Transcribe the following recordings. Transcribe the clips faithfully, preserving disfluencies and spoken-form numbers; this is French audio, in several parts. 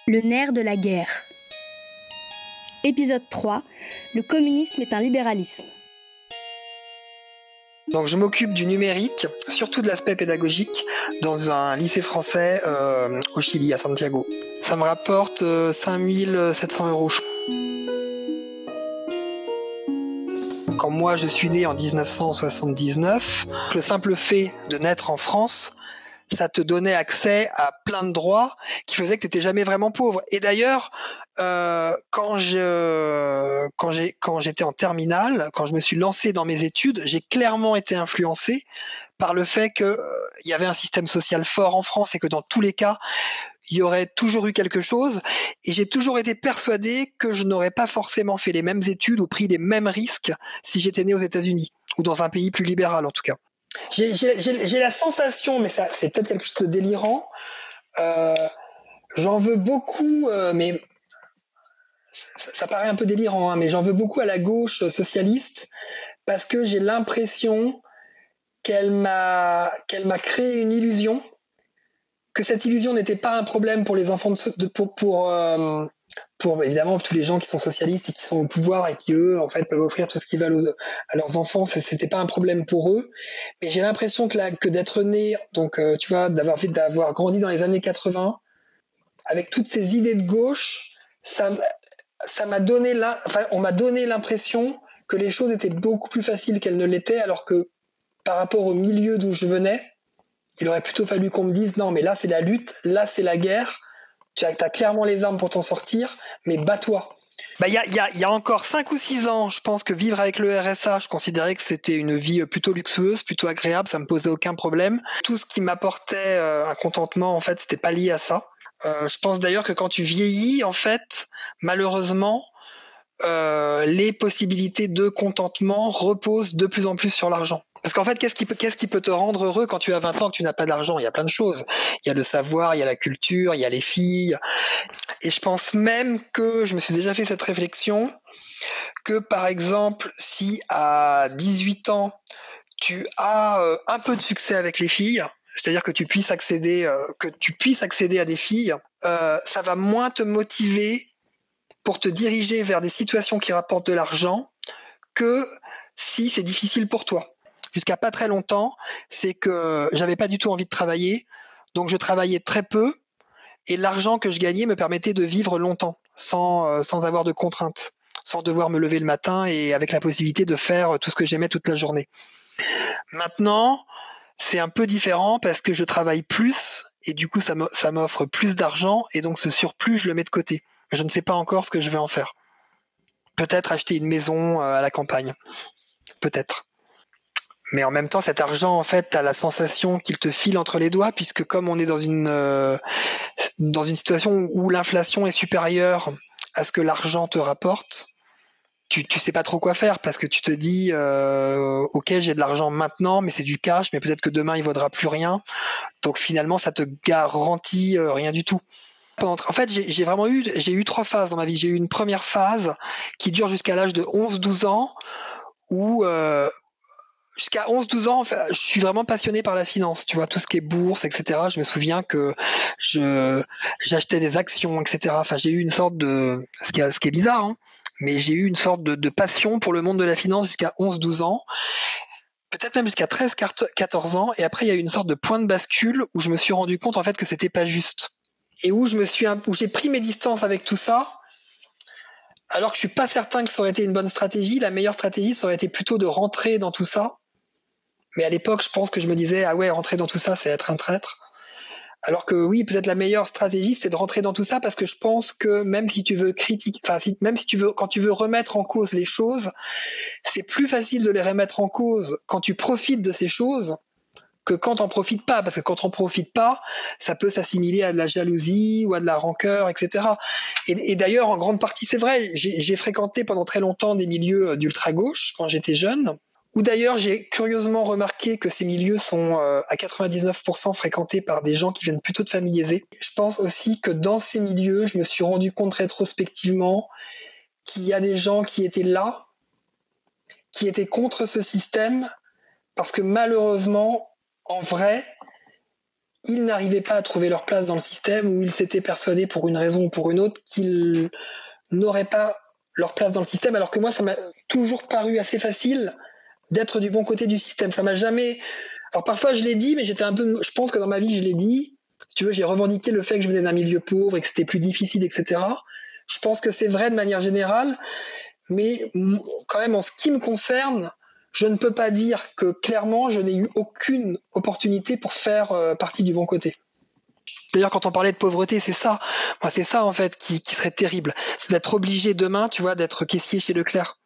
Le nerf de la guerre. Épisode trois. Le communisme est un libéralisme. Donc je m'occupe du numérique, surtout de l'aspect pédagogique, dans un lycée français euh, au Chili, à Santiago. Ça me rapporte euh, cinq mille sept cents euros. Quand moi je suis né en dix-neuf cent soixante-dix-neuf, le simple fait de naître en France, ça te donnait accès à plein de droits qui faisaient que tu n'étais jamais vraiment pauvre. Et d'ailleurs, euh, quand, je, quand, j'ai, quand j'étais en terminale, quand je me suis lancé dans mes études, j'ai clairement été influencé par le fait qu'il euh, y avait un système social fort en France et que dans tous les cas, il y aurait toujours eu quelque chose. Et j'ai toujours été persuadé que je n'aurais pas forcément fait les mêmes études ou pris les mêmes risques si j'étais né aux États-Unis ou dans un pays plus libéral en tout cas. J'ai, j'ai, j'ai, j'ai la sensation, mais ça, c'est peut-être quelque chose de délirant, euh, j'en veux beaucoup, euh, mais ça, ça paraît un peu délirant, hein, mais j'en veux beaucoup à la gauche socialiste parce que j'ai l'impression qu'elle m'a, qu'elle m'a créé une illusion, que cette illusion n'était pas un problème pour les enfants de, de pour, pour, euh, pour évidemment tous les gens qui sont socialistes et qui sont au pouvoir et qui eux en fait peuvent offrir tout ce qu'ils veulent aux, à leurs enfants, c'était pas un problème pour eux. Mais j'ai l'impression que, là, que d'être né, donc euh, tu vois, d'avoir fait, d'avoir grandi dans les années quatre-vingts, avec toutes ces idées de gauche, ça, ça m'a donné, enfin, on m'a donné l'impression que les choses étaient beaucoup plus faciles qu'elles ne l'étaient, alors que par rapport au milieu d'où je venais, il aurait plutôt fallu qu'on me dise non, mais là c'est la lutte, là c'est la guerre. Tu as, as clairement les armes pour t'en sortir, mais bats-toi. Bah, il y a, y a, y a encore cinq ou six ans, je pense que vivre avec le R S A, je considérais que c'était une vie plutôt luxueuse, plutôt agréable, ça me posait aucun problème. Tout ce qui m'apportait euh, un contentement, en fait, c'était pas lié à ça. Euh, je pense d'ailleurs que quand tu vieillis, en fait, malheureusement, euh, les possibilités de contentement reposent de plus en plus sur l'argent. Parce qu'en fait, qu'est-ce qui peut, qu'est-ce qui peut te rendre heureux quand tu as vingt ans, que tu n'as pas d'argent ? Il y a plein de choses. Il y a le savoir, il y a la culture, il y a les filles. Et je pense même que, je me suis déjà fait cette réflexion, que par exemple, si à dix-huit ans, tu as euh, un peu de succès avec les filles, c'est-à-dire que tu puisses accéder, euh, que tu puisses accéder à des filles, euh, ça va moins te motiver pour te diriger vers des situations qui rapportent de l'argent que si c'est difficile pour toi. Jusqu'à pas très longtemps, c'est que j'avais pas du tout envie de travailler, donc je travaillais très peu, et l'argent que je gagnais me permettait de vivre longtemps, sans, euh, sans avoir de contraintes, sans devoir me lever le matin et avec la possibilité de faire tout ce que j'aimais toute la journée. Maintenant, c'est un peu différent parce que je travaille plus, et du coup ça, me, ça m'offre plus d'argent, et donc ce surplus, je le mets de côté. Je ne sais pas encore ce que je vais en faire. Peut-être acheter une maison à la campagne. Peut-être. Mais en même temps, cet argent, en fait, t'as la sensation qu'il te file entre les doigts, puisque comme on est dans une, euh, dans une situation où l'inflation est supérieure à ce que l'argent te rapporte, tu, tu sais pas trop quoi faire, parce que tu te dis, euh, ok, j'ai de l'argent maintenant, mais c'est du cash, mais peut-être que demain, il vaudra plus rien. Donc finalement, ça te garantit euh, rien du tout. En fait, j'ai, j'ai vraiment eu, j'ai eu trois phases dans ma vie. J'ai eu une première phase qui dure jusqu'à l'âge de onze douze ans, où euh, jusqu'à onze douze ans, enfin, je suis vraiment passionné par la finance, tu vois, tout ce qui est bourse, et cetera. Je me souviens que je, j'achetais des actions, et cetera. Enfin, j'ai eu une sorte de, ce qui est, ce qui est bizarre, hein, mais j'ai eu une sorte de, de passion pour le monde de la finance jusqu'à onze douze ans. Peut-être même jusqu'à treize quatorze ans. Et après, il y a eu une sorte de point de bascule où je me suis rendu compte, en fait, que c'était pas juste. Et où je me suis, où j'ai pris mes distances avec tout ça, alors que je suis pas certain que ça aurait été une bonne stratégie. La meilleure stratégie, ça aurait été plutôt de rentrer dans tout ça. Mais à l'époque, je pense que je me disais, ah ouais, rentrer dans tout ça, c'est être un traître. Alors que oui, peut-être la meilleure stratégie, c'est de rentrer dans tout ça, parce que je pense que même si tu veux critiquer, enfin, si, même si tu veux, quand tu veux remettre en cause les choses, c'est plus facile de les remettre en cause quand tu profites de ces choses que quand t'en profites pas, parce que quand t'en profites pas, ça peut s'assimiler à de la jalousie ou à de la rancœur, et cetera. Et, et d'ailleurs, en grande partie, c'est vrai, j'ai, j'ai fréquenté pendant très longtemps des milieux d'ultra-gauche quand j'étais jeune, où d'ailleurs j'ai curieusement remarqué que ces milieux sont euh, à quatre-vingt-dix-neuf pour cent fréquentés par des gens qui viennent plutôt de familles aisées. Je pense aussi que dans ces milieux, je me suis rendu compte rétrospectivement qu'il y a des gens qui étaient là, qui étaient contre ce système, parce que malheureusement, en vrai, ils n'arrivaient pas à trouver leur place dans le système, ou ils s'étaient persuadés pour une raison ou pour une autre qu'ils n'auraient pas leur place dans le système, alors que moi, ça m'a toujours paru assez facile d'être du bon côté du système. Ça m'a jamais... Alors parfois, je l'ai dit, mais j'étais un peu... Je pense que dans ma vie, je l'ai dit. Si tu veux, j'ai revendiqué le fait que je venais d'un milieu pauvre et que c'était plus difficile, et cetera. Je pense que c'est vrai de manière générale, mais quand même, en ce qui me concerne, je ne peux pas dire que clairement, je n'ai eu aucune opportunité pour faire euh, partie du bon côté. D'ailleurs, quand on parlait de pauvreté, c'est ça. Moi, c'est ça, en fait, qui, qui serait terrible. C'est d'être obligé demain, tu vois, d'être caissier chez Leclerc.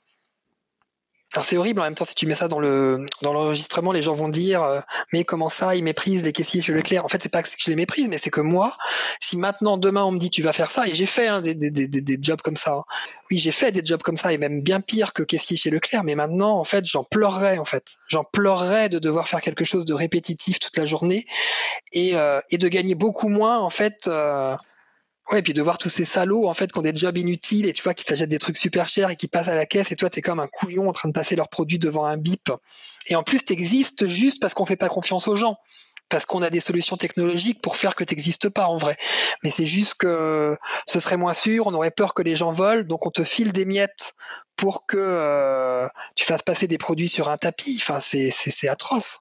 Alors c'est horrible en même temps, si tu mets ça dans le dans l'enregistrement, les gens vont dire euh, mais comment ça, ils méprisent les caissiers chez Leclerc. En fait, c'est pas que je les méprise, mais c'est que moi, si maintenant demain on me dit tu vas faire ça, et j'ai fait hein, des, des, des, des jobs comme ça. Hein. Oui, j'ai fait des jobs comme ça, et même bien pire que caissier chez Leclerc, mais maintenant en fait j'en pleurerais en fait. J'en pleurerais de devoir faire quelque chose de répétitif toute la journée et, euh, et de gagner beaucoup moins en fait. Euh, Ouais, et puis de voir tous ces salauds en fait qui ont des jobs inutiles et tu vois qui s'achètent des trucs super chers et qui passent à la caisse et toi t'es comme un couillon en train de passer leurs produits devant un bip. Et en plus t'existes juste parce qu'on fait pas confiance aux gens, parce qu'on a des solutions technologiques pour faire que t'existes pas en vrai. Mais c'est juste que ce serait moins sûr, on aurait peur que les gens volent, donc on te file des miettes pour que euh, tu fasses passer des produits sur un tapis. Enfin c'est c'est, c'est atroce.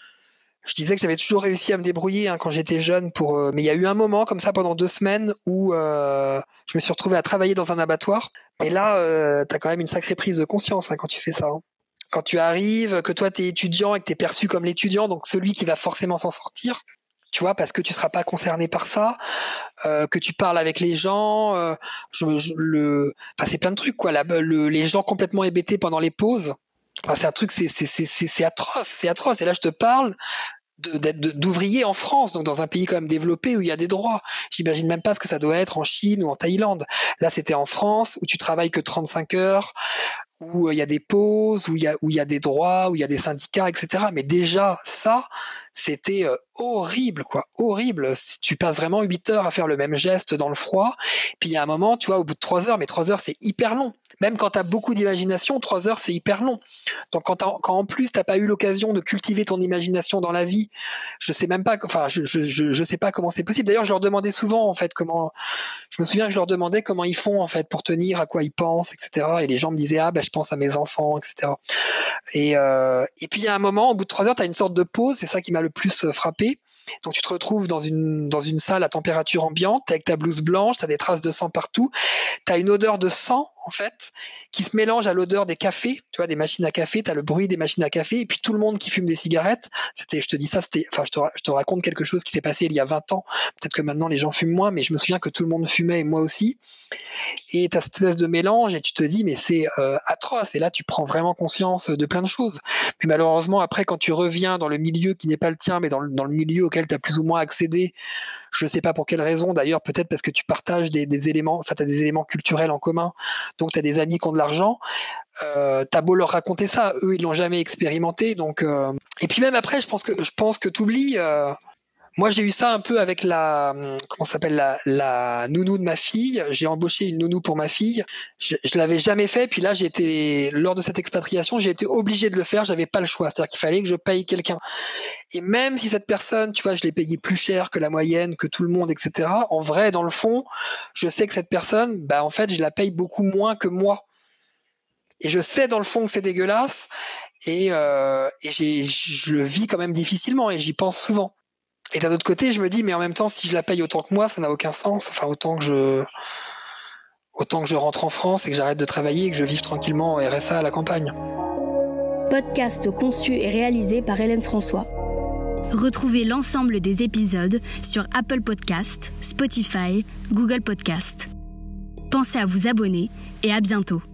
Je disais que j'avais toujours réussi à me débrouiller hein, quand j'étais jeune, pour, euh, mais il y a eu un moment comme ça pendant deux semaines où euh, je me suis retrouvé à travailler dans un abattoir. Mais là, euh, t'as quand même une sacrée prise de conscience hein, quand tu fais ça. Hein. Quand tu arrives, que toi t'es étudiant et que t'es perçu comme l'étudiant, donc celui qui va forcément s'en sortir, tu vois, parce que tu seras pas concerné par ça, euh, que tu parles avec les gens, euh, je, je, le, enfin c'est plein de trucs quoi. La, le, les gens complètement hébétés pendant les pauses. Enfin, c'est un truc, c'est, c'est, c'est, c'est atroce, c'est atroce. Et là, je te parle de, d'être, de, d'ouvriers en France, donc dans un pays quand même développé où il y a des droits. J'imagine même pas ce que ça doit être en Chine ou en Thaïlande. Là, c'était en France où tu travailles que trente-cinq heures, où il y a des pauses, où il y a, où il y a des droits, où il y a des syndicats, et cetera. Mais déjà, ça, c'était euh, horrible, quoi, horrible. Tu passes vraiment huit heures à faire le même geste dans le froid. Puis il y a un moment, tu vois, au bout de trois heures, mais trois heures, c'est hyper long. Même quand tu as beaucoup d'imagination, trois heures, c'est hyper long. Donc quand, quand en plus, tu n'as pas eu l'occasion de cultiver ton imagination dans la vie, je sais même pas, enfin, je, je, je, je sais pas comment c'est possible. D'ailleurs, je leur demandais souvent, en fait, comment, je me souviens que je leur demandais comment ils font, en fait, pour tenir, à quoi ils pensent, et cetera. Et les gens me disaient, ah, ben, je pense à mes enfants, et cetera. Et, euh, et puis, il y a un moment, au bout de trois heures, tu as une sorte de pause, c'est ça qui m'a le plus frappé. Donc tu te retrouves dans une, dans une salle à température ambiante, avec ta blouse blanche, tu as des traces de sang partout, tu as une odeur de sang en fait, qui se mélange à l'odeur des cafés, tu vois, des machines à café, tu as le bruit des machines à café, et puis tout le monde qui fume des cigarettes. C'était, je te dis ça, c'était, enfin, je te, je te raconte quelque chose qui s'est passé il y a vingt ans, peut-être que maintenant les gens fument moins, mais je me souviens que tout le monde fumait, et moi aussi. Et tu as cette espèce de mélange, et tu te dis, mais c'est euh, atroce, et là tu prends vraiment conscience de plein de choses. Mais malheureusement, après, quand tu reviens dans le milieu qui n'est pas le tien, mais dans le, dans le milieu auquel tu as plus ou moins accédé, je ne sais pas pour quelle raison, d'ailleurs, peut-être parce que tu partages des, des éléments, enfin, tu as des éléments culturels en commun, donc tu as des amis qui ont de l'argent, euh, tu as beau leur raconter ça, eux, ils l'ont jamais expérimenté, donc... Euh... Et puis même après, je pense que, je pense que tu oublies... Euh... Moi, j'ai eu ça un peu avec la, comment ça s'appelle, la, la nounou de ma fille. J'ai embauché une nounou pour ma fille. Je, je l'avais jamais fait. Puis là, j'ai été, lors de cette expatriation, j'ai été obligé de le faire. J'avais pas le choix. C'est-à-dire qu'il fallait que je paye quelqu'un. Et même si cette personne, tu vois, je l'ai payé plus cher que la moyenne, que tout le monde, et cetera. En vrai, dans le fond, je sais que cette personne, bah, en fait, je la paye beaucoup moins que moi. Et je sais dans le fond que c'est dégueulasse. Et, euh, et j'ai, je le vis quand même difficilement et j'y pense souvent. Et d'un autre côté, je me dis, mais en même temps, si je la paye autant que moi, ça n'a aucun sens. Enfin, autant que je, autant que je rentre en France et que j'arrête de travailler et que je vive tranquillement en R S A à la campagne. Podcast conçu et réalisé par Hélène François. Retrouvez l'ensemble des épisodes sur Apple Podcasts, Spotify, Google Podcasts. Pensez à vous abonner et à bientôt.